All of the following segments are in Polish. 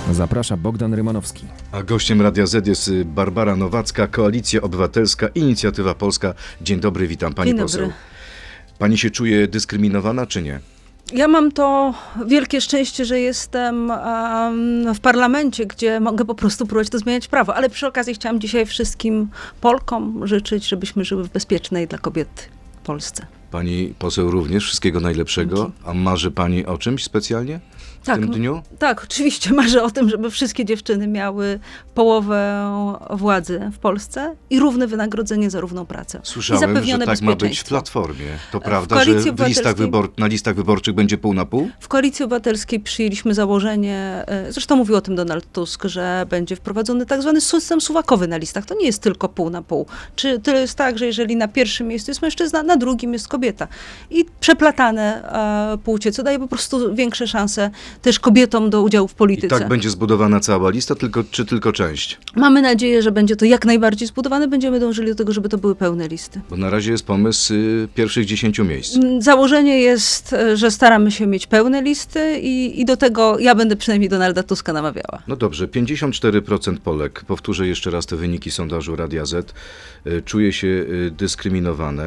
Zaprasza Bogdan Rymanowski. A gościem Radia Z jest Barbara Nowacka, Koalicja Obywatelska, Inicjatywa Polska. Dzień dobry, witam pani poseł. Dobry. Pani się czuje dyskryminowana, czy nie? Ja mam to wielkie szczęście, że jestem w parlamencie, gdzie mogę po prostu próbować to zmieniać prawo. Ale przy okazji chciałam dzisiaj wszystkim Polkom życzyć, żebyśmy żyły w bezpiecznej dla kobiet Polsce. Pani poseł również wszystkiego najlepszego. Dzięki. A marzy pani o czymś specjalnie w tym dniu? Tak, oczywiście marzę o tym, żeby wszystkie dziewczyny miały połowę władzy w Polsce i równe wynagrodzenie za równą pracę. Słyszałem, I zapewnione że tak ma być w bezpieczeństwo. Platformie. To prawda, że na listach wyborczych będzie pół na pół? W Koalicji Obywatelskiej przyjęliśmy założenie, zresztą mówił o tym Donald Tusk, że będzie wprowadzony tak zwany system suwakowy na listach. To nie jest tylko pół na pół. Czy to jest tak, że jeżeli na pierwszym miejscu jest mężczyzna, na drugim jest kobieta. I przeplatane płcie, co daje po prostu większe szanse też kobietom do udziału w polityce. I tak będzie zbudowana cała lista, czy tylko część? Mamy nadzieję, że będzie to jak najbardziej zbudowane. Będziemy dążyli do tego, żeby to były pełne listy. Bo na razie jest pomysł pierwszych 10 miejsc. Założenie jest, że staramy się mieć pełne listy i do tego ja będę przynajmniej Donalda Tuska namawiała. No dobrze, 54% Polek, powtórzę jeszcze raz te wyniki sondażu Radia Z, czuje się dyskryminowane.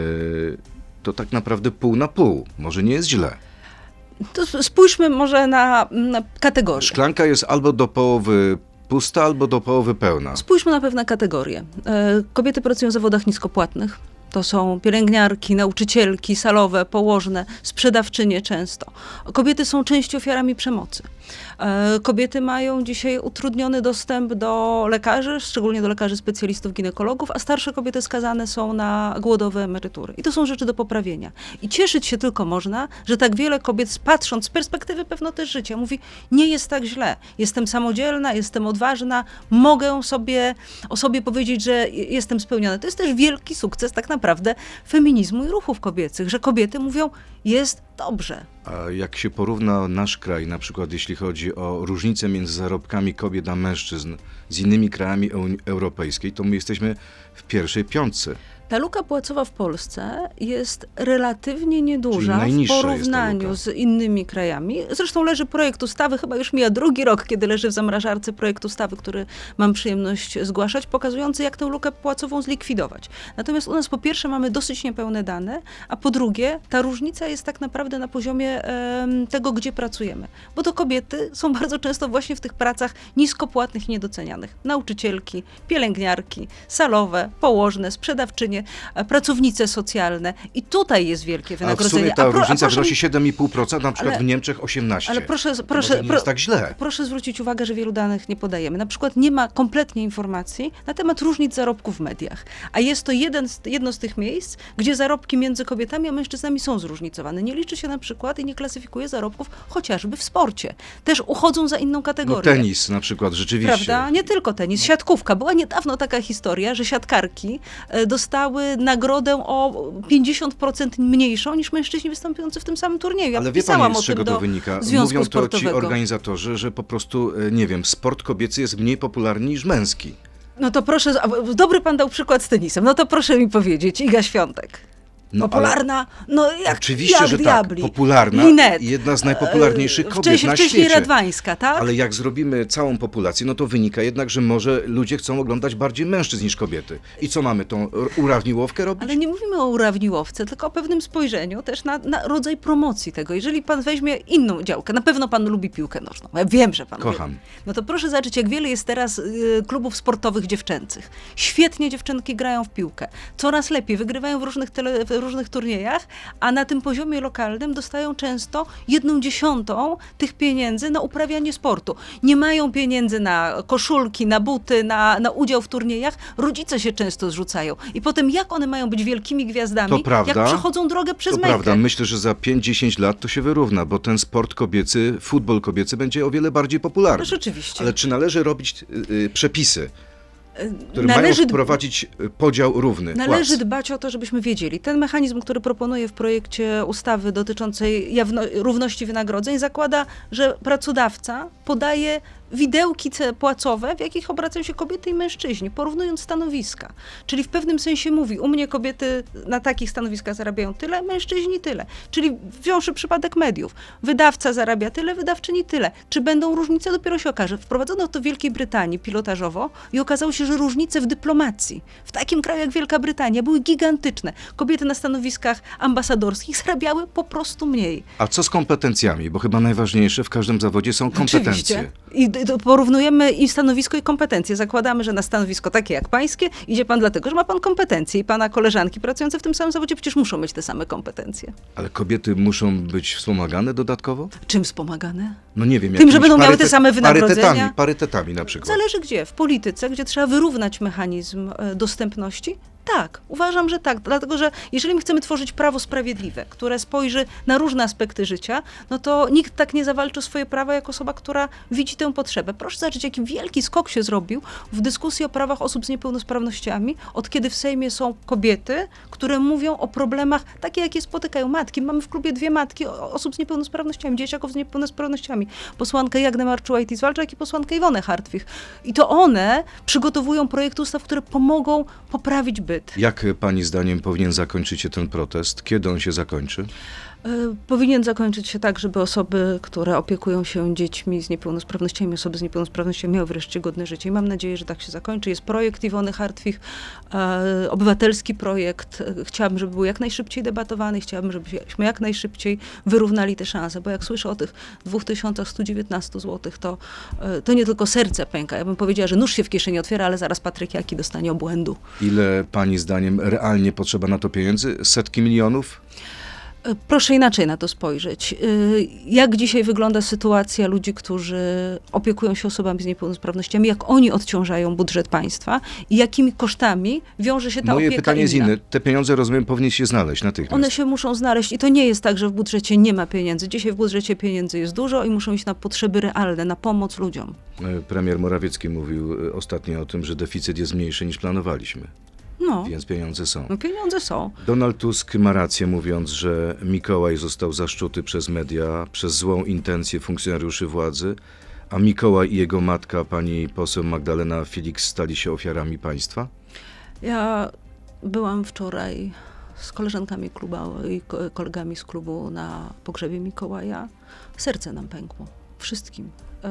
To tak naprawdę pół na pół. Może nie jest źle. To spójrzmy może na kategorie. Szklanka jest albo do połowy pusta, albo do połowy pełna. Spójrzmy na pewne kategorie. Kobiety pracują w zawodach niskopłatnych. To są pielęgniarki, nauczycielki, salowe, położne, sprzedawczynie często. Kobiety są częścią ofiarami przemocy. Kobiety mają dzisiaj utrudniony dostęp do lekarzy, szczególnie do lekarzy specjalistów, ginekologów, a starsze kobiety skazane są na głodowe emerytury. I to są rzeczy do poprawienia. I cieszyć się tylko można, że tak wiele kobiet, patrząc z perspektywy pewno też życia, mówi, nie jest tak źle. Jestem samodzielna, jestem odważna, mogę o sobie powiedzieć, że jestem spełniona. To jest też wielki sukces tak naprawdę feminizmu i ruchów kobiecych, że kobiety mówią, jest dobrze. A jak się porówna nasz kraj, na przykład jeśli chodzi o różnicę między zarobkami kobiet a mężczyzn z innymi krajami Unii Europejskiej, to my jesteśmy w pierwszej piątce. Ta luka płacowa w Polsce jest relatywnie nieduża w porównaniu z innymi krajami. Zresztą leży projekt ustawy, chyba już mija drugi rok, kiedy leży w zamrażarce projekt ustawy, który mam przyjemność zgłaszać, pokazujący, jak tę lukę płacową zlikwidować. Natomiast u nas po pierwsze mamy dosyć niepełne dane, a po drugie ta różnica jest tak naprawdę na poziomie tego, gdzie pracujemy. Bo to kobiety są bardzo często właśnie w tych pracach niskopłatnych i niedocenianych. Nauczycielki, pielęgniarki, salowe, położne, sprzedawczynie, pracownice socjalne i tutaj jest wielkie wynagrodzenie. A w sumie ta różnica wynosi 7,5%, na przykład w Niemczech 18%. Ale nie jest tak źle. Proszę zwrócić uwagę, że wielu danych nie podajemy. Na przykład nie ma kompletnie informacji na temat różnic zarobków w mediach. A jest to jedno z tych miejsc, gdzie zarobki między kobietami a mężczyznami są zróżnicowane. Nie liczy się na przykład i nie klasyfikuje zarobków chociażby w sporcie. Też uchodzą za inną kategorię. No tenis na przykład, rzeczywiście. Prawda? Nie tylko tenis, siatkówka. Była niedawno taka historia, że siatkarki dostały nagrodę o 50% mniejszą niż mężczyźni występujący w tym samym turnieju. Ja Ale wie pani, z czego to wynika? Związku Mówią to sportowego. ci organizatorzy, że po prostu, nie wiem, sport kobiecy jest mniej popularny niż męski. No to proszę, dobry pan dał przykład z tenisem, no to proszę mi powiedzieć, Iga Świątek. No, popularna, no jak oczywiście, że diabli. Tak, popularna Linet, i jedna z najpopularniejszych kobiet na wcześniej świecie. Radwańska, tak? Ale jak zrobimy całą populację, no to wynika jednak, że może ludzie chcą oglądać bardziej mężczyzn niż kobiety. I co mamy, tą urawniłowkę robić? Ale nie mówimy o urawniłowce, tylko o pewnym spojrzeniu też na rodzaj promocji tego. Jeżeli pan weźmie inną działkę, na pewno pan lubi piłkę nożną. Ja wiem, że pan Kocham. Wie. No to proszę zobaczyć, jak wiele jest teraz klubów sportowych dziewczęcych. Świetnie dziewczynki grają w piłkę. Coraz lepiej, wygrywają w różnych turniejach, a na tym poziomie lokalnym dostają często 1/10 tych pieniędzy na uprawianie sportu. Nie mają pieniędzy na koszulki, na buty, na udział w turniejach. Rodzice się często zrzucają. I potem jak one mają być wielkimi gwiazdami, jak przechodzą drogę przez mękę? To prawda. Myślę, że za 5-10 lat to się wyrówna, bo ten sport kobiecy, futbol kobiecy będzie o wiele bardziej popularny. No, rzeczywiście. Ale czy należy robić przepisy, które mają wprowadzić podział równy. Należy dbać o to, żebyśmy wiedzieli. Ten mechanizm, który proponuję w projekcie ustawy dotyczącej równości wynagrodzeń, zakłada, że pracodawca podaje widełki płacowe, w jakich obracają się kobiety i mężczyźni, porównując stanowiska. Czyli w pewnym sensie mówi, u mnie kobiety na takich stanowiskach zarabiają tyle, mężczyźni tyle. Czyli wiąże przypadek mediów. Wydawca zarabia tyle, wydawczyni tyle. Czy będą różnice? Dopiero się okaże. Wprowadzono to w Wielkiej Brytanii pilotażowo i okazało się, że różnice w dyplomacji w takim kraju jak Wielka Brytania były gigantyczne. Kobiety na stanowiskach ambasadorskich zarabiały po prostu mniej. A co z kompetencjami? Bo chyba najważniejsze w każdym zawodzie są kompetencje. Oczywiście. I porównujemy i stanowisko, i kompetencje. Zakładamy, że na stanowisko takie jak pańskie idzie pan dlatego, że ma pan kompetencje i pana koleżanki pracujące w tym samym zawodzie przecież muszą mieć te same kompetencje. Ale kobiety muszą być wspomagane dodatkowo? Czym wspomagane? No nie wiem. Tym, że jakimiś będą miały te same wynagrodzenia? Parytetami na przykład. Zależy gdzie. W polityce, gdzie trzeba wyrównać mechanizm dostępności? Tak, uważam, że tak. Dlatego, że jeżeli my chcemy tworzyć prawo sprawiedliwe, które spojrzy na różne aspekty życia, no to nikt tak nie zawalczy o swoje prawa, jak osoba, która widzi tę potrzebę. Proszę zobaczyć, jaki wielki skok się zrobił w dyskusji o prawach osób z niepełnosprawnościami, od kiedy w Sejmie są kobiety, które mówią o problemach takie, jakie spotykają matki. Mamy w klubie 2 matki osób z niepełnosprawnościami, dzieciaków z niepełnosprawnościami. Posłankę Jagnę Marczułajtis-Walczak, jak i posłankę Iwonę Hartwich. I to one przygotowują projekty ustaw, które pomogą poprawić byt. Jak pani zdaniem powinien zakończyć się ten protest? Kiedy on się zakończy? Powinien zakończyć się tak, żeby osoby, które opiekują się dziećmi z niepełnosprawnościami, osoby z niepełnosprawnościami miały wreszcie godne życie. I mam nadzieję, że tak się zakończy. Jest projekt Iwony Hartwich, obywatelski projekt. Chciałabym, żeby był jak najszybciej debatowany. Chciałabym, żebyśmy jak najszybciej wyrównali te szanse, bo jak słyszę o tych 2119 zł, to nie tylko serce pęka. Ja bym powiedziała, że nóż się w kieszeni otwiera, ale zaraz Patryk Jaki dostanie obłędu. Ile pani zdaniem realnie potrzeba na to pieniędzy? Setki milionów? Proszę inaczej na to spojrzeć. Jak dzisiaj wygląda sytuacja ludzi, którzy opiekują się osobami z niepełnosprawnościami, jak oni odciążają budżet państwa i jakimi kosztami wiąże się ta opieka Moje pytanie jest inna. inne. Te pieniądze, rozumiem, powinny się znaleźć natychmiast. One się muszą znaleźć i to nie jest tak, że w budżecie nie ma pieniędzy. Dzisiaj w budżecie pieniędzy jest dużo i muszą iść na potrzeby realne, na pomoc ludziom. Premier Morawiecki mówił ostatnio o tym, że deficyt jest mniejszy niż planowaliśmy. No, Więc pieniądze są. no pieniądze są. Donald Tusk ma rację, mówiąc, że Mikołaj został zaszczuty przez media, przez złą intencję funkcjonariuszy władzy, a Mikołaj i jego matka, pani poseł Magdalena Felix, stali się ofiarami państwa? Ja byłam wczoraj z koleżankami klubu i kolegami z klubu na pogrzebie Mikołaja. Serce nam pękło. Wszystkim.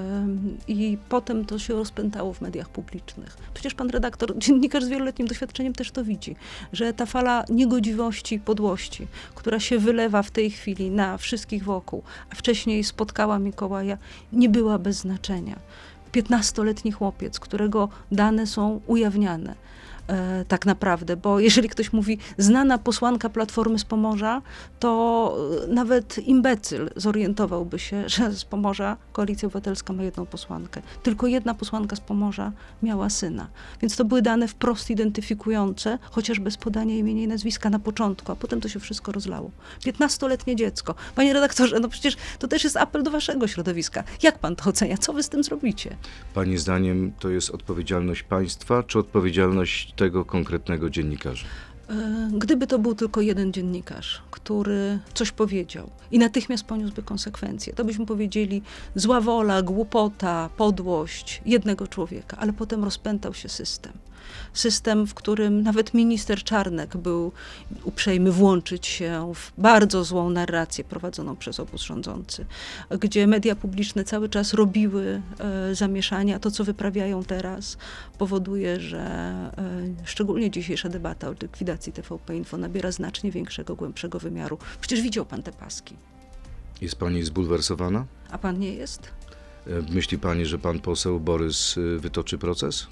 I potem to się rozpętało w mediach publicznych. Przecież pan redaktor, dziennikarz z wieloletnim doświadczeniem też to widzi, że ta fala niegodziwości i podłości, która się wylewa w tej chwili na wszystkich wokół, a wcześniej spotkała Mikołaja, nie była bez znaczenia. 15-letni chłopiec, którego dane są ujawniane. Tak naprawdę, bo jeżeli ktoś mówi znana posłanka Platformy z Pomorza, to nawet imbecyl zorientowałby się, że z Pomorza Koalicja Obywatelska ma 1 posłankę. Tylko 1 posłanka z Pomorza miała syna. Więc to były dane wprost identyfikujące, chociaż bez podania imienia i nazwiska na początku, a potem to się wszystko rozlało. 15-letnie dziecko. Panie redaktorze, no przecież to też jest apel do waszego środowiska. Jak pan to ocenia? Co wy z tym zrobicie? Pani zdaniem to jest odpowiedzialność państwa, czy odpowiedzialność tego konkretnego dziennikarza? Gdyby to był tylko 1 dziennikarz, który coś powiedział i natychmiast poniósłby konsekwencje, to byśmy powiedzieli zła wola, głupota, podłość 1 człowieka, ale potem rozpętał się system. System, w którym nawet minister Czarnek był uprzejmy włączyć się w bardzo złą narrację prowadzoną przez obóz rządzący, gdzie media publiczne cały czas robiły zamieszania. To, co wyprawiają teraz, powoduje, że szczególnie dzisiejsza debata o likwidacji TVP Info nabiera znacznie większego, głębszego wymiaru. Przecież widział pan te paski. Jest pani zbulwersowana? A pan nie jest? Myśli pani, że pan poseł Borys wytoczy proces?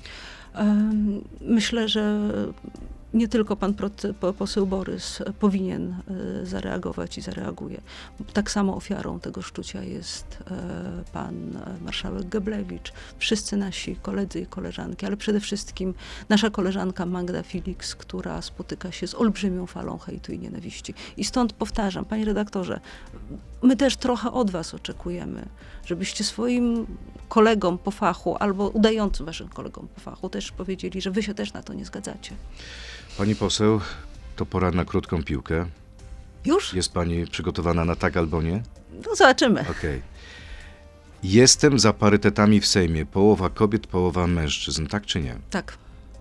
Myślę, że nie tylko pan poseł Borys powinien zareagować i zareaguje. Tak samo ofiarą tego szczucia jest pan marszałek Geblewicz, wszyscy nasi koledzy i koleżanki, ale przede wszystkim nasza koleżanka Magda Felix, która spotyka się z olbrzymią falą hejtu i nienawiści. I stąd powtarzam, panie redaktorze, my też trochę od was oczekujemy, żebyście swoim kolegom po fachu albo udającym waszym kolegom po fachu też powiedzieli, że wy się też na to nie zgadzacie. Pani poseł, to pora na krótką piłkę. Już? Jest pani przygotowana na tak albo nie? No zobaczymy. Okej. Jestem za parytetami w Sejmie. Połowa kobiet, połowa mężczyzn. Tak czy nie? Tak.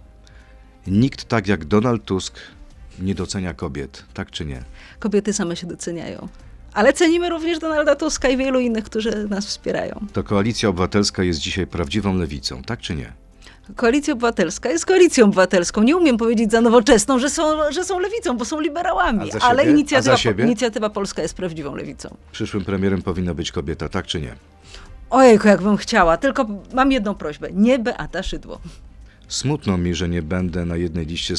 Nikt tak jak Donald Tusk nie docenia kobiet. Tak czy nie? Kobiety same się doceniają. Ale cenimy również Donalda Tuska i wielu innych, którzy nas wspierają. To Koalicja Obywatelska jest dzisiaj prawdziwą lewicą. Tak czy nie? Koalicja Obywatelska jest Koalicją Obywatelską. Nie umiem powiedzieć za Nowoczesną, że są lewicą, bo są liberałami. A za Ale siebie? A za siebie? Inicjatywa Polska jest prawdziwą lewicą. Przyszłym premierem powinna być kobieta. Tak czy nie? Ojejku, jakbym chciała. Tylko mam jedną prośbę. Nie Beata Szydło. Smutno mi, że nie będę na jednej liście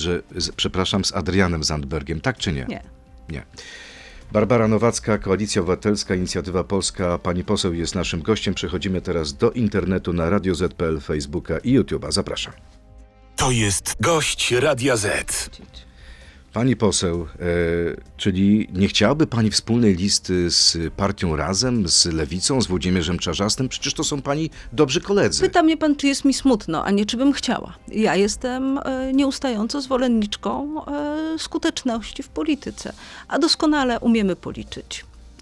z Adrianem Zandbergiem. Tak czy nie? Nie. Nie. Barbara Nowacka, Koalicja Obywatelska, Inicjatywa Polska. Pani poseł jest naszym gościem. Przechodzimy teraz do internetu na Radio Z.pl, Facebooka i YouTube'a. Zapraszam. To jest gość Radia Z. Pani poseł, czyli nie chciałaby pani wspólnej listy z partią Razem, z Lewicą, z Włodzimierzem Czarzastym? Przecież to są pani dobrzy koledzy. Pyta mnie pan, czy jest mi smutno, a nie czy bym chciała. Ja jestem nieustająco zwolenniczką skuteczności w polityce, a doskonale umiemy policzyć,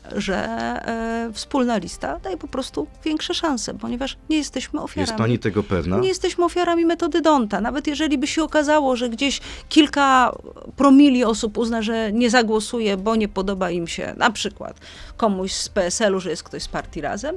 że wspólna lista daje po prostu większe szanse, ponieważ nie jesteśmy ofiarami. Jest pani tego pewna? Nie jesteśmy ofiarami metody D'Hondta. Nawet jeżeli by się okazało, że gdzieś kilka promili osób uzna, że nie zagłosuje, bo nie podoba im się na przykład komuś z PSL-u, że jest ktoś z partii Razem,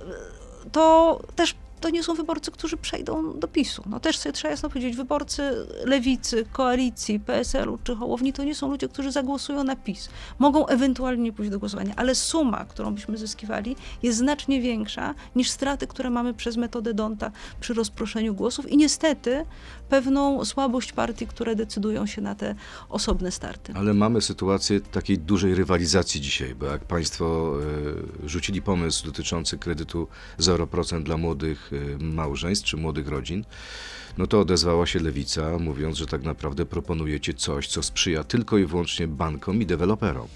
to też to nie są wyborcy, którzy przejdą do PiS-u. No też sobie trzeba jasno powiedzieć, wyborcy Lewicy, Koalicji, PSL-u czy Hołowni to nie są ludzie, którzy zagłosują na PiS. Mogą ewentualnie nie pójść do głosowania, ale suma, którą byśmy zyskiwali, jest znacznie większa niż straty, które mamy przez metodę D'Hondta przy rozproszeniu głosów i niestety pewną słabość partii, które decydują się na te osobne starty. Ale mamy sytuację takiej dużej rywalizacji dzisiaj, bo jak państwo rzucili pomysł dotyczący kredytu 0% dla młodych małżeństw czy młodych rodzin, no to odezwała się Lewica, mówiąc, że tak naprawdę proponujecie coś, co sprzyja tylko i wyłącznie bankom i deweloperom.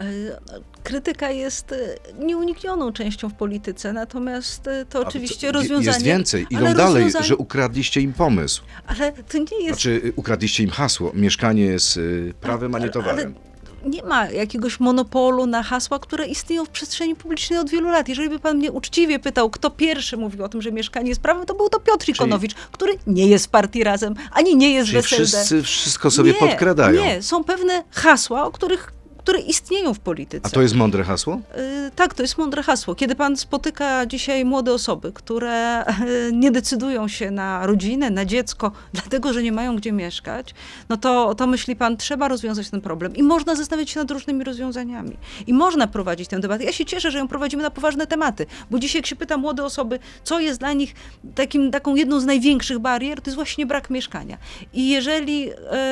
Krytyka jest nieuniknioną częścią w polityce, natomiast to oczywiście rozwiązanie... Jest więcej, idą dalej, że ukradliście im pomysł. Ale to nie jest... Znaczy ukradliście im hasło, mieszkanie jest prawem, a nie towarem. Nie ma jakiegoś monopolu na hasła, które istnieją w przestrzeni publicznej od wielu lat. Jeżeli by pan mnie uczciwie pytał, kto pierwszy mówił o tym, że mieszkanie jest prawem, to był to Piotr Ikonowicz, który nie jest w partii Razem, ani nie jest w SLD. Wszyscy wszystko sobie podkradają. Nie, są pewne hasła, które istnieją w polityce. A to jest mądre hasło? Tak, to jest mądre hasło. Kiedy pan spotyka dzisiaj młode osoby, które nie decydują się na rodzinę, na dziecko, dlatego, że nie mają gdzie mieszkać, no to myśli pan, trzeba rozwiązać ten problem. I można zastanawiać się nad różnymi rozwiązaniami. I można prowadzić tę debatę. Ja się cieszę, że ją prowadzimy na poważne tematy, bo dzisiaj jak się pyta młode osoby, co jest dla nich taką jedną z największych barier, to jest właśnie brak mieszkania. I jeżeli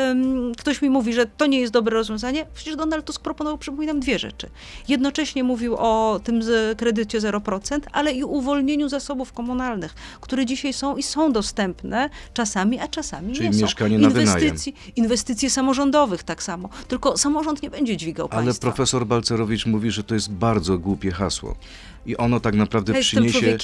ktoś mi mówi, że to nie jest dobre rozwiązanie, przecież Donald Tusk proponował, przypominam, dwie rzeczy. Jednocześnie mówił o tym kredycie 0%, ale i uwolnieniu zasobów komunalnych, które dzisiaj są dostępne czasami, a czasami czyli nie są. Mieszkanie na wynajem. Inwestycje samorządowych tak samo. Tylko samorząd nie będzie dźwigał państwa. Ale profesor Balcerowicz mówi, że to jest bardzo głupie hasło. I ono tak naprawdę przyniesie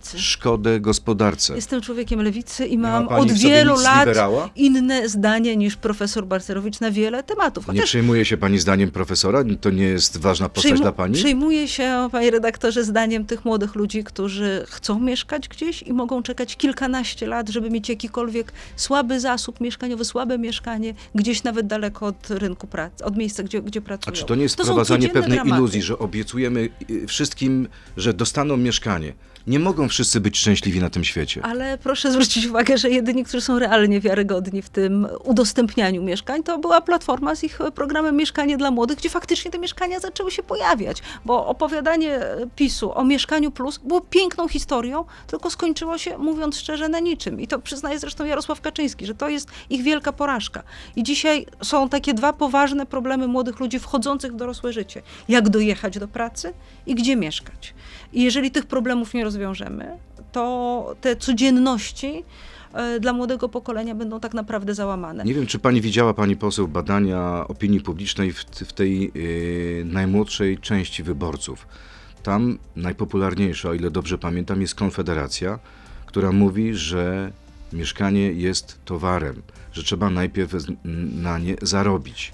szkodę gospodarce. Jestem człowiekiem lewicy i mam od wielu lat inne zdanie niż profesor Balcerowicz na wiele tematów. Chociaż nie przejmuje się pani zdaniem profesora? To nie jest ważna postać dla pani? Przejmuję się, panie redaktorze, zdaniem tych młodych ludzi, którzy chcą mieszkać gdzieś i mogą czekać kilkanaście lat, żeby mieć jakikolwiek słaby zasób mieszkaniowy, słabe mieszkanie, gdzieś nawet daleko od rynku pracy, od miejsca, gdzie pracują. A czy to nie jest wprowadzanie pewnej iluzji, że obiecujemy wszystkim, że dostaną mieszkanie? Nie mogą wszyscy być szczęśliwi na tym świecie. Ale proszę zwrócić uwagę, że jedyni, którzy są realnie wiarygodni w tym udostępnianiu mieszkań, to była Platforma z ich programem Mieszkanie dla Młodych, gdzie faktycznie te mieszkania zaczęły się pojawiać. Bo opowiadanie PiS-u o Mieszkaniu Plus było piękną historią, tylko skończyło się, mówiąc szczerze, na niczym. I to przyznaje zresztą Jarosław Kaczyński, że to jest ich wielka porażka. I dzisiaj są takie dwa poważne problemy młodych ludzi wchodzących w dorosłe życie. Jak dojechać do pracy i gdzie mieszkać. I jeżeli tych problemów nie rozwiążemy, to te codzienności dla młodego pokolenia będą tak naprawdę załamane. Nie wiem, czy pani widziała, pani poseł, badania opinii publicznej w tej najmłodszej części wyborców. Tam najpopularniejsza, o ile dobrze pamiętam, jest Konfederacja, która mówi, że mieszkanie jest towarem, że trzeba najpierw na nie zarobić.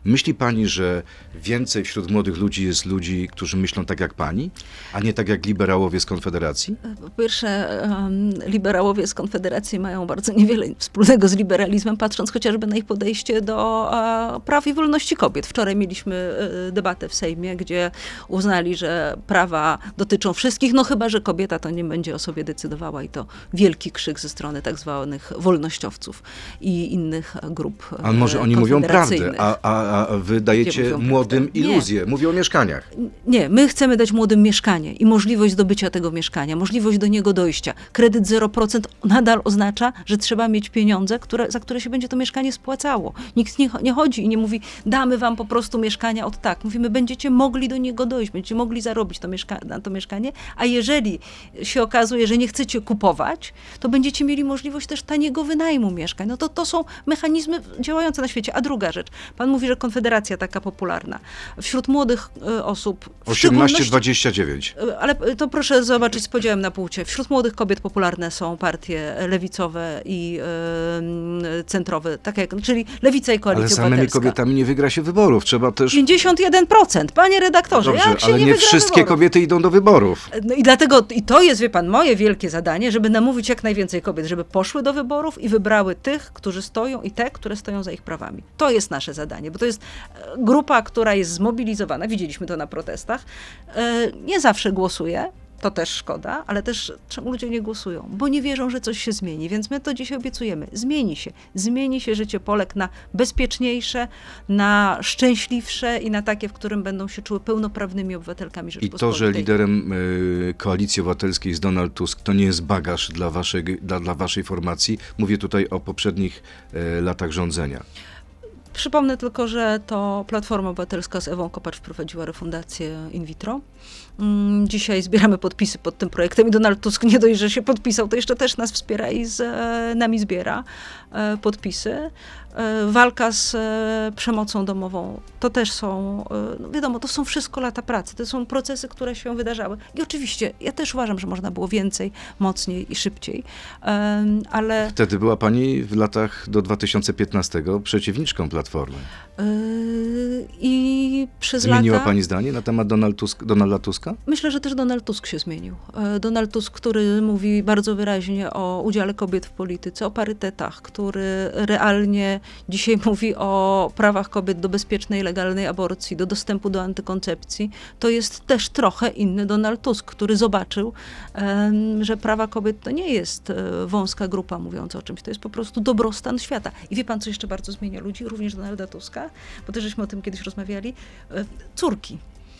Myśli pani, że więcej wśród młodych ludzi jest ludzi, którzy myślą tak jak pani, a nie tak jak liberałowie z Konfederacji? Po pierwsze, liberałowie z Konfederacji mają bardzo niewiele wspólnego z liberalizmem, patrząc chociażby na ich podejście do praw i wolności kobiet. Wczoraj mieliśmy debatę w Sejmie, gdzie uznali, że prawa dotyczą wszystkich, no chyba że kobieta to nie będzie o sobie decydowała i to wielki krzyk ze strony tak zwanych wolnościowców i innych grup A może oni mówią prawdę, konfederacyjnych. a wy dajecie mówią młodym prawdę? iluzję. Mówią o mieszkaniach. Nie, my chcemy dać młodym mieszkanie i możliwość zdobycia tego mieszkania, możliwość do niego dojścia. Kredyt 0% nadal oznacza, że trzeba mieć pieniądze, za które się będzie to mieszkanie spłacało. Nikt nie chodzi i nie mówi, damy wam po prostu mieszkania od tak. Mówimy, będziecie mogli do niego dojść, będziecie mogli zarobić na to mieszkanie, a jeżeli się okazuje, że nie chcecie kupować, to będziecie mieli możliwość też taniego wynajmu mieszkań. No to są mechanizmy działające na świecie. A druga rzecz, pan mówi, że Konfederacja taka popularna. Wśród młodych osób... 18-29. Ale to proszę zobaczyć z podziałem na płcie. Wśród młodych kobiet popularne są partie lewicowe i centrowe, tak jak, czyli Lewica i Koalicja Ale samymi Obywatelska. kobietami nie wygra się wyborów. Trzeba też... 51%, panie redaktorze. Dobrze, jak się ale nie wygra wszystkie wyborów? kobiety idą do wyborów. No i dlatego, i to jest, wie pan, moje wielkie zadanie, żeby namówić jak najwięcej kobiet, żeby poszły do wyborów i wybrały tych, którzy stoją i te, które stoją za ich prawami. To jest nasze zadanie, bo to jest grupa, która jest zmobilizowana, widzieliśmy to na protestach, nie zawsze głosuje, to też szkoda, ale też czemu ludzie nie głosują? Bo nie wierzą, że coś się zmieni, więc my to dzisiaj obiecujemy. Zmieni się życie Polek na bezpieczniejsze, na szczęśliwsze i na takie, w którym będą się czuły pełnoprawnymi obywatelkami I Rzeczypospolitej. to, że liderem Koalicji Obywatelskiej jest Donald Tusk, to nie jest bagaż dla waszej formacji. Mówię tutaj o poprzednich latach rządzenia. Przypomnę tylko, że to Platforma Obywatelska z Ewą Kopacz wprowadziła refundację in vitro. Dzisiaj zbieramy podpisy pod tym projektem i Donald Tusk nie dość, że się podpisał, to jeszcze też nas wspiera i z nami zbiera podpisy. Walka z przemocą domową, to też są, no wiadomo, to są wszystko lata pracy, to są procesy, które się wydarzały. I oczywiście, ja też uważam, że można było więcej, mocniej i szybciej, ale... Wtedy była pani w latach do 2015 przeciwniczką Platformy. I przez Zmieniła lata... pani zdanie na temat Donalda Tuska? Myślę, że też Donald Tusk się zmienił. Donald Tusk, który mówi bardzo wyraźnie o udziale kobiet w polityce, o parytetach, który realnie dzisiaj mówi o prawach kobiet do bezpiecznej, legalnej aborcji, do dostępu do antykoncepcji, to jest też trochę inny Donald Tusk, który zobaczył, że prawa kobiet to nie jest wąska grupa mówiąca o czymś, to jest po prostu dobrostan świata. I wie pan, co jeszcze bardzo zmienia ludzi, również Donalda Tuska, bo też żeśmy o tym kiedyś rozmawiali, córki,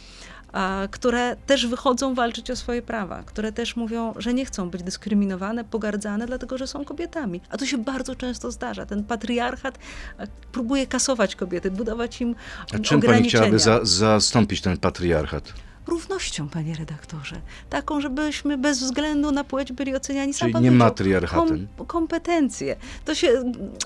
które też wychodzą walczyć o swoje prawa, które też mówią, że nie chcą być dyskryminowane, pogardzane, dlatego że są kobietami. A to się bardzo często zdarza. Ten patriarchat próbuje kasować kobiety, budować im A czym pani ograniczenia. chciałaby zastąpić ten patriarchat? Równością, panie redaktorze. Taką, żebyśmy bez względu na płeć byli oceniani. Czyli sam nie pan powiedział, matriarchatem. Kompetencje. To się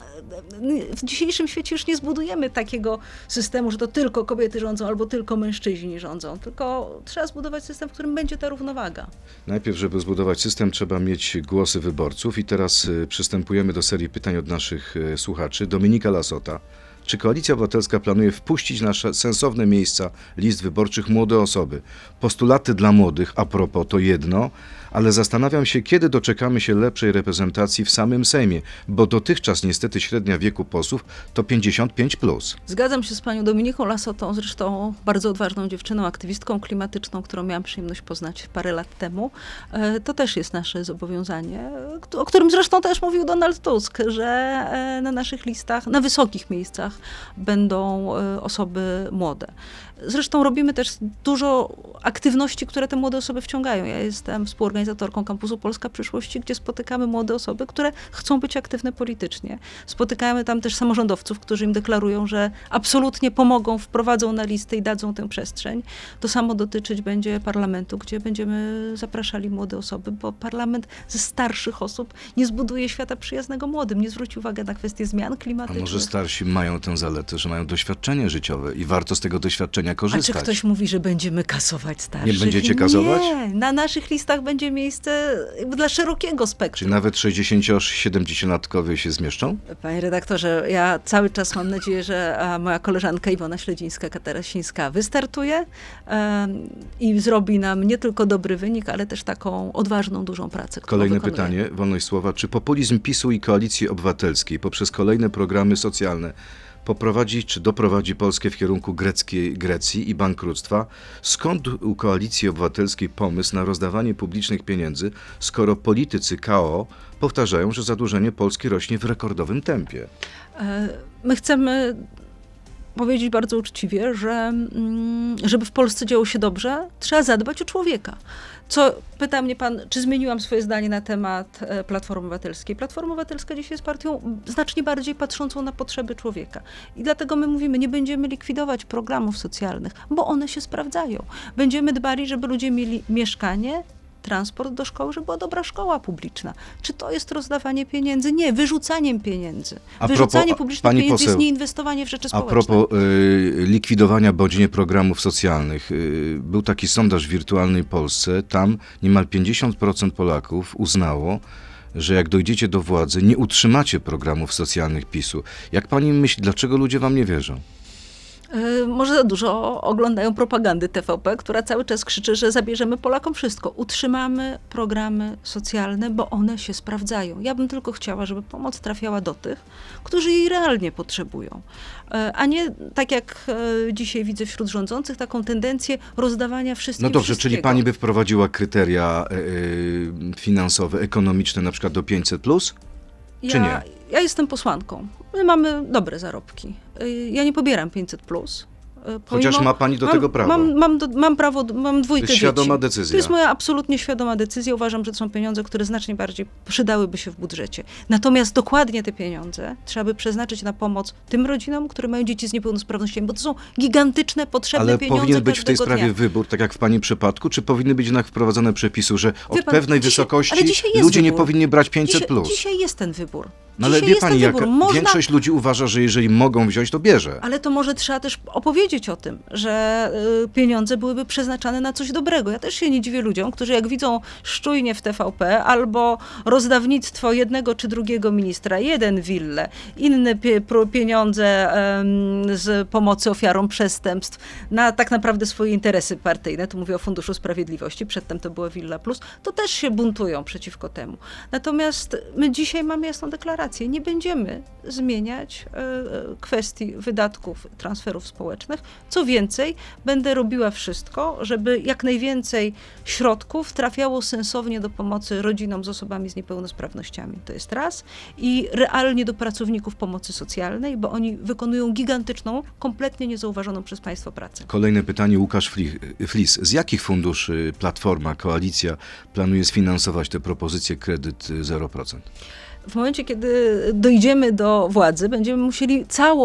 w dzisiejszym świecie już nie zbudujemy takiego systemu, że to tylko kobiety rządzą albo tylko mężczyźni rządzą, tylko trzeba zbudować system, w którym będzie ta równowaga. Najpierw, żeby zbudować system, trzeba mieć głosy wyborców i teraz przystępujemy do serii pytań od naszych słuchaczy. Dominika Lasota. Czy Koalicja Obywatelska planuje wpuścić na sensowne miejsca list wyborczych młode osoby? Postulaty dla młodych, a propos, to jedno, ale zastanawiam się, kiedy doczekamy się lepszej reprezentacji w samym Sejmie, bo dotychczas niestety średnia wieku posłów to 55+. Zgadzam się z panią Dominiką Lasotą, zresztą bardzo odważną dziewczyną, aktywistką klimatyczną, którą miałam przyjemność poznać parę lat temu. To też jest nasze zobowiązanie, o którym zresztą też mówił Donald Tusk, że na naszych listach, na wysokich miejscach będą osoby młode. Zresztą robimy też dużo aktywności, które te młode osoby wciągają. Ja jestem współorganizatorką Kampusu Polska Przyszłości, gdzie spotykamy młode osoby, które chcą być aktywne politycznie. Spotykamy tam też samorządowców, którzy im deklarują, że absolutnie pomogą, wprowadzą na listę i dadzą tę przestrzeń. To samo dotyczyć będzie parlamentu, gdzie będziemy zapraszali młode osoby, bo parlament ze starszych osób nie zbuduje świata przyjaznego młodym, nie zwróci uwagi na kwestie zmian A klimatycznych. może starsi mają tę zaletę, że mają doświadczenie życiowe i warto z tego doświadczenia świadczenia A korzystać. czy ktoś mówi, że będziemy kasować starszych? Nie będziecie kasować? Nie, na naszych listach będzie miejsce dla szerokiego spektrum. Czy nawet 60-70-latkowie się zmieszczą? Panie redaktorze, ja cały czas mam nadzieję, że moja koleżanka Iwona Śledzińska-Katarasińska wystartuje i zrobi nam nie tylko dobry wynik, ale też taką odważną, dużą pracę, którą Kolejne wykonuje. pytanie, wolność słowa. Czy populizm PiS-u i Koalicji Obywatelskiej poprzez kolejne programy socjalne poprowadzi czy doprowadzi Polskę w kierunku Grecji i bankructwa? Skąd u Koalicji Obywatelskiej pomysł na rozdawanie publicznych pieniędzy, skoro politycy KO powtarzają, że zadłużenie Polski rośnie w rekordowym tempie? My chcemy powiedzieć bardzo uczciwie, że żeby w Polsce działo się dobrze, trzeba zadbać o człowieka. Pyta mnie pan, czy zmieniłam swoje zdanie na temat Platformy Obywatelskiej. Platforma Obywatelska dzisiaj jest partią znacznie bardziej patrzącą na potrzeby człowieka. I dlatego my mówimy, nie będziemy likwidować programów socjalnych, bo one się sprawdzają. Będziemy dbali, żeby ludzie mieli mieszkanie, transport do szkoły, żeby była dobra szkoła publiczna. Czy to jest rozdawanie pieniędzy? Nie, wyrzucaniem pieniędzy. Wyrzucanie publicznych pieniędzy jest nieinwestowanie w rzeczy społeczne. A propos likwidowania bądź nie programów socjalnych. Był taki sondaż w Wirtualnej Polsce. Tam niemal 50% Polaków uznało, że jak dojdziecie do władzy, nie utrzymacie programów socjalnych PiS-u. Jak pani myśli, dlaczego ludzie wam nie wierzą? Może za dużo oglądają propagandy TVP, która cały czas krzyczy, że zabierzemy Polakom wszystko. Utrzymamy programy socjalne, bo one się sprawdzają. Ja bym tylko chciała, żeby pomoc trafiała do tych, którzy jej realnie potrzebują. A nie tak jak dzisiaj widzę wśród rządzących, taką tendencję rozdawania wszystkim No dobrze, wszystkiego. czyli pani by wprowadziła kryteria finansowe, ekonomiczne, na przykład do 500+? Czy nie? Ja jestem posłanką. My mamy dobre zarobki. Ja nie pobieram 500+. Chociaż ma pani do tego prawo. Mam prawo, mam dwójkę dzieci. To jest świadoma decyzja. To jest moja absolutnie świadoma decyzja. Uważam, że to są pieniądze, które znacznie bardziej przydałyby się w budżecie. Natomiast dokładnie te pieniądze trzeba by przeznaczyć na pomoc tym rodzinom, które mają dzieci z niepełnosprawnościami, bo to są gigantyczne, potrzebne pieniądze. Ale powinien być w tej sprawie dnia. wybór, tak jak w pani przypadku, czy powinny być jednak wprowadzone przepisy, że od pewnej wysokości ludzie ludzie nie powinni brać 500+. Dzisiaj jest ten wybór. No ale wie pani, większość ludzi uważa, że jeżeli mogą wziąć, to bierze. Ale to może trzeba też opowiedzieć o tym, że pieniądze byłyby przeznaczane na coś dobrego. Ja też się nie dziwię ludziom, którzy jak widzą szczujnie w TVP albo rozdawnictwo jednego czy drugiego ministra, jeden wille, inne pieniądze z pomocy ofiarom przestępstw na tak naprawdę swoje interesy partyjne, tu mówię o Funduszu Sprawiedliwości, przedtem to była Villa Plus, to też się buntują przeciwko temu. Natomiast my dzisiaj mamy jasną deklarację. Nie będziemy zmieniać kwestii wydatków, transferów społecznych. Co więcej, będę robiła wszystko, żeby jak najwięcej środków trafiało sensownie do pomocy rodzinom z osobami z niepełnosprawnościami. To jest raz. I realnie do pracowników pomocy socjalnej, bo oni wykonują gigantyczną, kompletnie niezauważoną przez państwo pracę. Kolejne pytanie, Łukasz Flis. Z jakich funduszy Platforma, Koalicja planuje sfinansować te propozycje kredyt 0%? W momencie, kiedy dojdziemy do władzy, będziemy musieli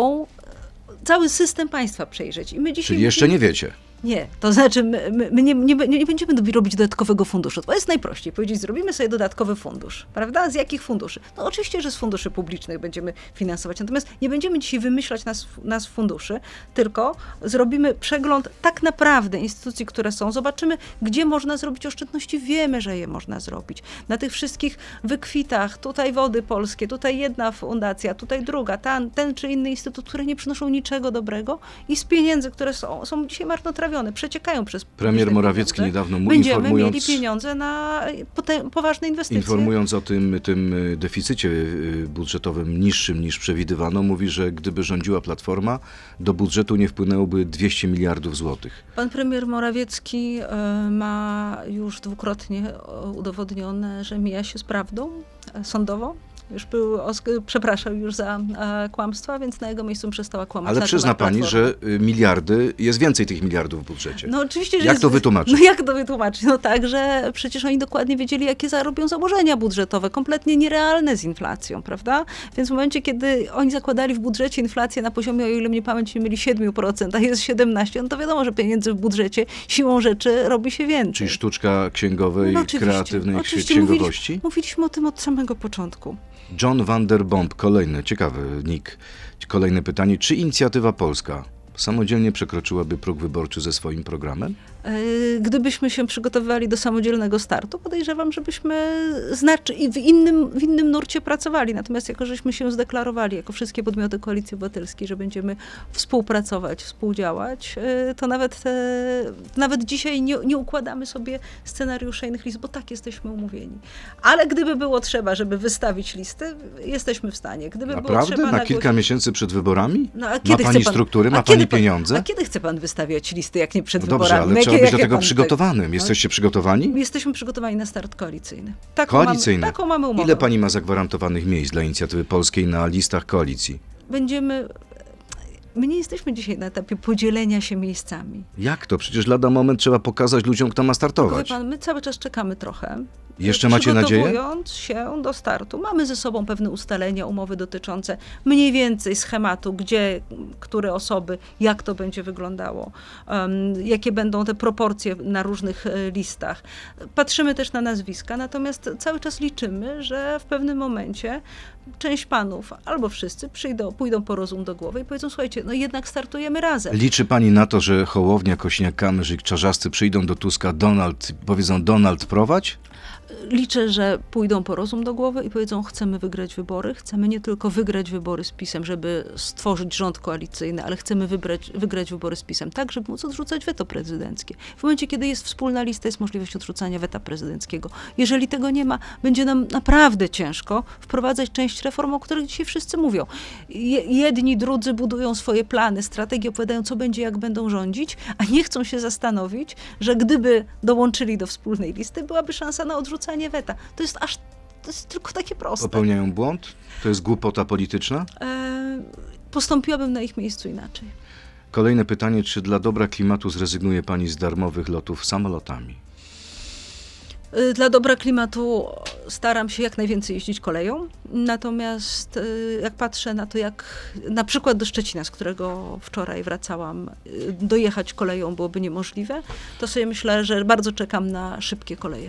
cały system państwa przejrzeć. I my dzisiaj Czyli jeszcze nie wiecie? Nie, to znaczy my nie będziemy robić dodatkowego funduszu. To jest najprościej powiedzieć, zrobimy sobie dodatkowy fundusz, prawda? Z jakich funduszy? No oczywiście, że z funduszy publicznych będziemy finansować, natomiast nie będziemy dzisiaj wymyślać nas funduszy, tylko zrobimy przegląd tak naprawdę instytucji, które są, zobaczymy, gdzie można zrobić oszczędności, wiemy, że je można zrobić. Na tych wszystkich wykwitach, tutaj Wody Polskie, tutaj jedna fundacja, tutaj druga, ten czy inny instytut, które nie przynoszą niczego dobrego i z pieniędzy, które są dzisiaj marnotrawione, przeciekają przez Premier Morawiecki pieniądze, niedawno będziemy mieli pieniądze na poważne inwestycje. Informując o tym deficycie budżetowym niższym niż przewidywano, mówi, że gdyby rządziła Platforma, do budżetu nie wpłynęłoby 200 miliardów złotych. Pan premier Morawiecki ma już dwukrotnie udowodnione, że mija się z prawdą sądowo. Już przepraszał już za kłamstwa, więc na jego miejscu przestała kłamać. Ale przyzna pani, że miliardy, jest więcej tych miliardów w budżecie. No oczywiście, że jak to wytłumaczyć? No jak to wytłumaczyć? No tak, że przecież oni dokładnie wiedzieli, jakie robią założenia budżetowe, kompletnie nierealne z inflacją, prawda? Więc w momencie, kiedy oni zakładali w budżecie inflację na poziomie, o ile mnie pamięć nie mieli 7%, a jest 17%, no to wiadomo, że pieniędzy w budżecie siłą rzeczy robi się więcej. Czyli sztuczka księgowej, kreatywnej księgowości? Mówiliśmy o tym od samego początku. John van der Bomb, kolejny, ciekawy nick, kolejne pytanie. Czy Inicjatywa Polska Samodzielnie przekroczyłaby próg wyborczy ze swoim programem? Gdybyśmy się przygotowywali do samodzielnego startu, podejrzewam, żebyśmy i w innym nurcie pracowali. Natomiast jako żeśmy się zdeklarowali, jako wszystkie podmioty Koalicji Obywatelskiej, że będziemy współpracować, współdziałać, to nawet dzisiaj nie układamy sobie scenariuszy innych list, bo tak jesteśmy umówieni. Ale gdyby było trzeba, żeby wystawić listy, jesteśmy w stanie. Gdyby Naprawdę? było trzeba Na kilka miesięcy przed wyborami? No, a ma kiedy pani chce pan, struktury, a ma kiedy pani pan- pieniądze? A kiedy chce pan wystawiać listy, jak nie przed No dobrze, wyborami? ale No, trzeba być do jakie tego pan przygotowanym. Jesteście przygotowani? Jesteśmy przygotowani na start koalicyjny. Koalicyjny. Taką mamy umowę. Ile pani ma zagwarantowanych miejsc dla Inicjatywy Polskiej na listach koalicji? My nie jesteśmy dzisiaj na etapie podzielenia się miejscami. Jak to? Przecież lada moment trzeba pokazać ludziom, kto ma Wie startować. pan, my cały czas czekamy trochę. Jeszcze macie nadzieję? Przygotowując się do startu. Mamy ze sobą pewne ustalenia, umowy dotyczące mniej więcej schematu, które osoby, jak to będzie wyglądało, jakie będą te proporcje na różnych listach. Patrzymy też na nazwiska, natomiast cały czas liczymy, że w pewnym momencie część panów, albo wszyscy pójdą po rozum do głowy i powiedzą, słuchajcie, no jednak startujemy razem. Liczy pani na to, że Hołownia, Kosiniak-Kamysz, Czarzasty przyjdą do Tuska, powiedzą Donald prowadź? Liczę, że pójdą po rozum do głowy i powiedzą, chcemy wygrać wybory, chcemy nie tylko wygrać wybory z PiS-em, żeby stworzyć rząd koalicyjny, ale chcemy wygrać wybory z PiS-em tak, żeby móc odrzucać weto prezydenckie. W momencie, kiedy jest wspólna lista, jest możliwość odrzucania weta prezydenckiego. Jeżeli tego nie ma, będzie nam naprawdę ciężko wprowadzać część reform, o których dzisiaj wszyscy mówią. Jedni, drudzy budują swoje plany, strategie, opowiadają, co będzie, jak będą rządzić, a nie chcą się zastanowić, że gdyby dołączyli do wspólnej listy, byłaby szansa na odrzucanie weta. To jest tylko takie proste. Popełniają błąd? To jest głupota polityczna? Postąpiłabym na ich miejscu inaczej. Kolejne pytanie, czy dla dobra klimatu zrezygnuje pani z darmowych lotów samolotami? Dla dobra klimatu staram się jak najwięcej jeździć koleją, natomiast jak patrzę na to, jak na przykład do Szczecina, z którego wczoraj wracałam, dojechać koleją byłoby niemożliwe, to sobie myślę, że bardzo czekam na szybkie koleje.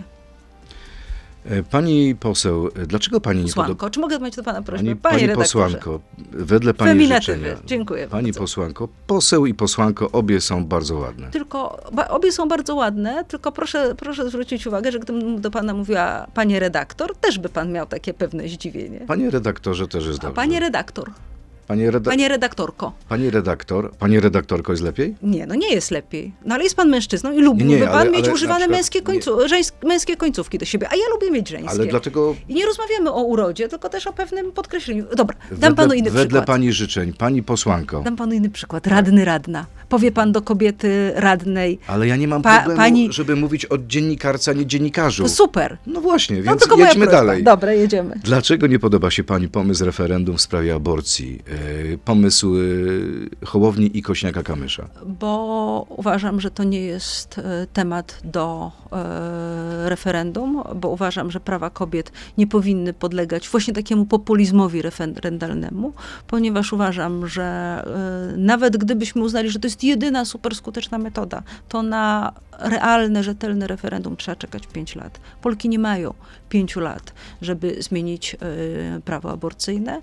Pani poseł, dlaczego pani nie Posłanko, czy mogę mieć do pana prośbę? Pani redaktorze. posłanko, wedle pani Feminatywy. życzenia. Dziękuję Pani bardzo. posłanko, poseł i posłanko, obie są bardzo ładne. Obie są bardzo ładne, tylko proszę zwrócić uwagę, że gdybym do pana mówiła panie redaktor, też by pan miał takie pewne zdziwienie. Panie redaktorze też jest A dobrze. panie redaktor, Panie redaktorko. Pani redaktorko jest lepiej? Nie, no nie jest lepiej. No ale jest pan mężczyzną i lubiłby pan mieć używane męskie końcówki do siebie, a ja lubię mieć żeńskie. Ale dlatego... I nie rozmawiamy o urodzie, tylko też o pewnym podkreśleniu. Dobra, dam panu inny Wedle przykład. pani życzeń, pani posłanko. Dam panu inny przykład. Radny, radna. Powie pan do kobiety radnej. Ale ja nie mam problemu, żeby mówić od dziennikarca, nie dziennikarzu. To super. No właśnie, No więc tylko moja jedźmy prośba. dalej. Dobra, jedziemy. Dlaczego nie podoba się pani pomysł referendum w sprawie aborcji? Pomysł Hołowni i Kosiniaka-Kamysza? Bo uważam, że to nie jest temat do referendum, bo uważam, że prawa kobiet nie powinny podlegać właśnie takiemu populizmowi referendalnemu, ponieważ uważam, że nawet gdybyśmy uznali, że to jest jedyna superskuteczna metoda, to na realne, rzetelne referendum trzeba czekać 5 lat. Polki nie mają 5 lat, żeby zmienić prawo aborcyjne.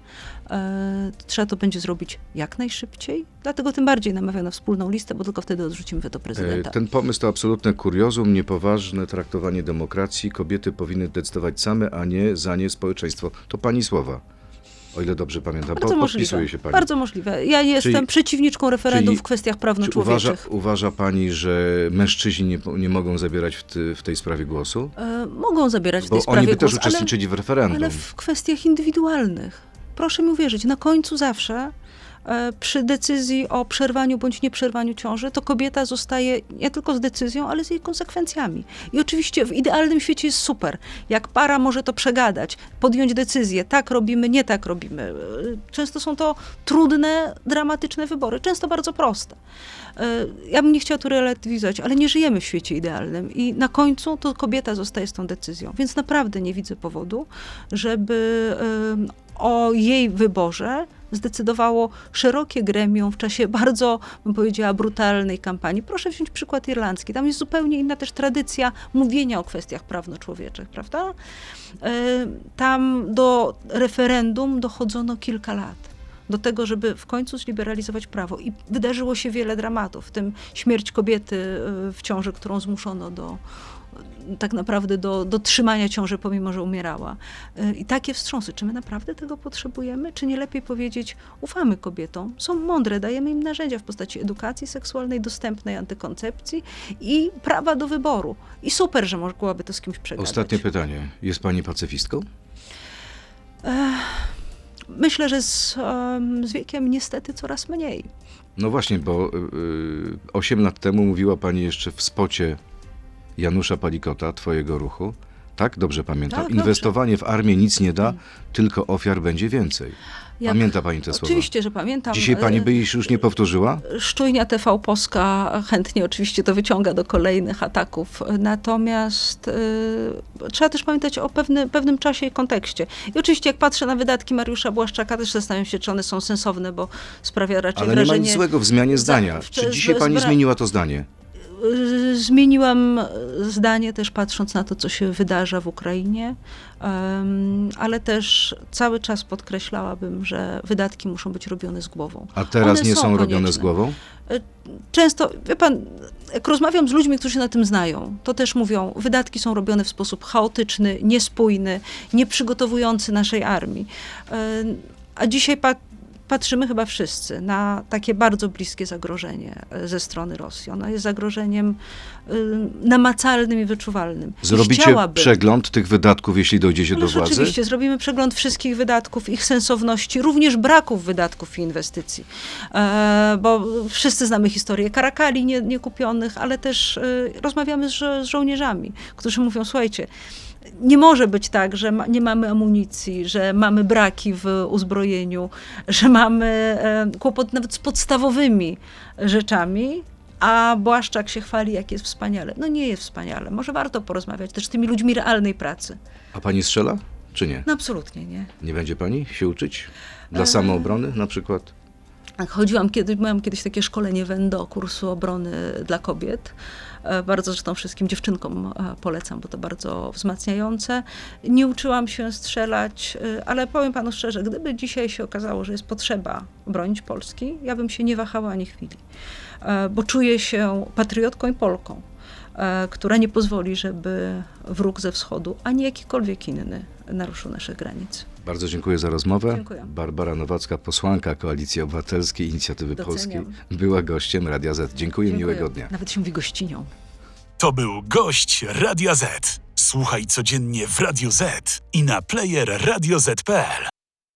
Trzeba to będzie zrobić jak najszybciej, dlatego tym bardziej namawiam na wspólną listę, bo tylko wtedy odrzucimy weto prezydenta. Ten pomysł to absolutne kuriozum, niepoważne traktowanie demokracji. Kobiety powinny decydować same, a nie za nie społeczeństwo. To pani słowa, o ile dobrze pamiętam. Podpisuje się pani. Bardzo możliwe. Ja jestem przeciwniczką referendum w kwestiach prawno-człowieczych. Uważa pani, że mężczyźni nie mogą zabierać w tej sprawie głosu? Mogą zabierać w tej sprawie oni by głos, też uczestniczyli w referendum. Ale w kwestiach indywidualnych. Proszę mi uwierzyć, na końcu zawsze przy decyzji o przerwaniu bądź nieprzerwaniu ciąży, to kobieta zostaje nie tylko z decyzją, ale z jej konsekwencjami. I oczywiście w idealnym świecie jest super, jak para może to przegadać, podjąć decyzję, tak robimy, nie tak robimy. Często są to trudne, dramatyczne wybory, często bardzo proste. Ja bym nie chciała tu relatywizować, ale nie żyjemy w świecie idealnym i na końcu to kobieta zostaje z tą decyzją. Więc naprawdę nie widzę powodu, żeby o jej wyborze zdecydowało szerokie gremium w czasie bardzo, bym powiedziała, brutalnej kampanii. Proszę wziąć przykład irlandzki. Tam jest zupełnie inna też tradycja mówienia o kwestiach prawno-człowieczych, prawda? Tam do referendum dochodzono kilka lat. do tego, żeby w końcu zliberalizować prawo. I wydarzyło się wiele dramatów, w tym śmierć kobiety w ciąży, którą zmuszono tak naprawdę do trzymania ciąży, pomimo że umierała. I takie wstrząsy. Czy my naprawdę tego potrzebujemy? Czy nie lepiej powiedzieć, ufamy kobietom, są mądre, dajemy im narzędzia w postaci edukacji seksualnej, dostępnej antykoncepcji i prawa do wyboru. I super, że mogłaby to z kimś przegadać. Ostatnie pytanie. Jest pani pacyfistką? Myślę, że z wiekiem niestety coraz mniej. No właśnie, bo 8 lat temu mówiła pani jeszcze w spocie Janusza Palikota, twojego ruchu. Tak? Dobrze pamiętam. Tak, Inwestowanie w armię nic nie da, tylko ofiar będzie więcej. Pamięta pani te słowa? Oczywiście, że pamiętam. Dzisiaj pani by ich już nie powtórzyła? Szczujnia TV Polska chętnie oczywiście to wyciąga do kolejnych ataków. Natomiast trzeba też pamiętać o pewnym czasie i kontekście. I oczywiście jak patrzę na wydatki Mariusza Błaszczaka, też zastanawiam się, czy one są sensowne, bo sprawia raczej Ale wrażenie... nie ma nic złego w zmianie zdania. Czy dzisiaj pani zmieniła to zdanie? Zmieniłam zdanie też patrząc na to, co się wydarza w Ukrainie, ale też cały czas podkreślałabym, że wydatki muszą być robione z głową. A teraz One nie są robione konieczne. z głową? Często, wie pan, jak rozmawiam z ludźmi, którzy się na tym znają, to też mówią, wydatki są robione w sposób chaotyczny, niespójny, nieprzygotowujący naszej armii. A dzisiaj patrzymy chyba wszyscy na takie bardzo bliskie zagrożenie ze strony Rosji. Ono jest zagrożeniem namacalnym i wyczuwalnym. Zrobicie przegląd tych wydatków, jeśli dojdziecie do władzy? Oczywiście, zrobimy przegląd wszystkich wydatków, ich sensowności, również braków wydatków i inwestycji. Bo wszyscy znamy historię karakali niekupionych, ale też rozmawiamy z żołnierzami, którzy mówią, słuchajcie, nie może być tak, że nie mamy amunicji, że mamy braki w uzbrojeniu, że mamy kłopot nawet z podstawowymi rzeczami, a Błaszczak się chwali, jak jest wspaniale. No nie jest wspaniale. Może warto porozmawiać też z tymi ludźmi realnej pracy. A pani strzela, czy nie? No absolutnie nie. Nie będzie pani się uczyć? Dla samoobrony na przykład? Miałam kiedyś takie szkolenie WENDO, kursu obrony dla kobiet. Bardzo zresztą wszystkim dziewczynkom polecam, bo to bardzo wzmacniające. Nie uczyłam się strzelać, ale powiem panu szczerze, gdyby dzisiaj się okazało, że jest potrzeba bronić Polski, ja bym się nie wahała ani chwili, bo czuję się patriotką i Polką, która nie pozwoli, żeby wróg ze wschodu, ani jakikolwiek inny naruszył naszych granic. Bardzo dziękuję za rozmowę. Dziękuję. Barbara Nowacka, posłanka Koalicji Obywatelskiej, Inicjatywy Doceniam. Polskiej, była gościem Radia Z. Dziękuję, miłego dnia. Nawet się mówi gościnią. To był gość Radia Z. Słuchaj codziennie w Radio Z i na player radioz.pl.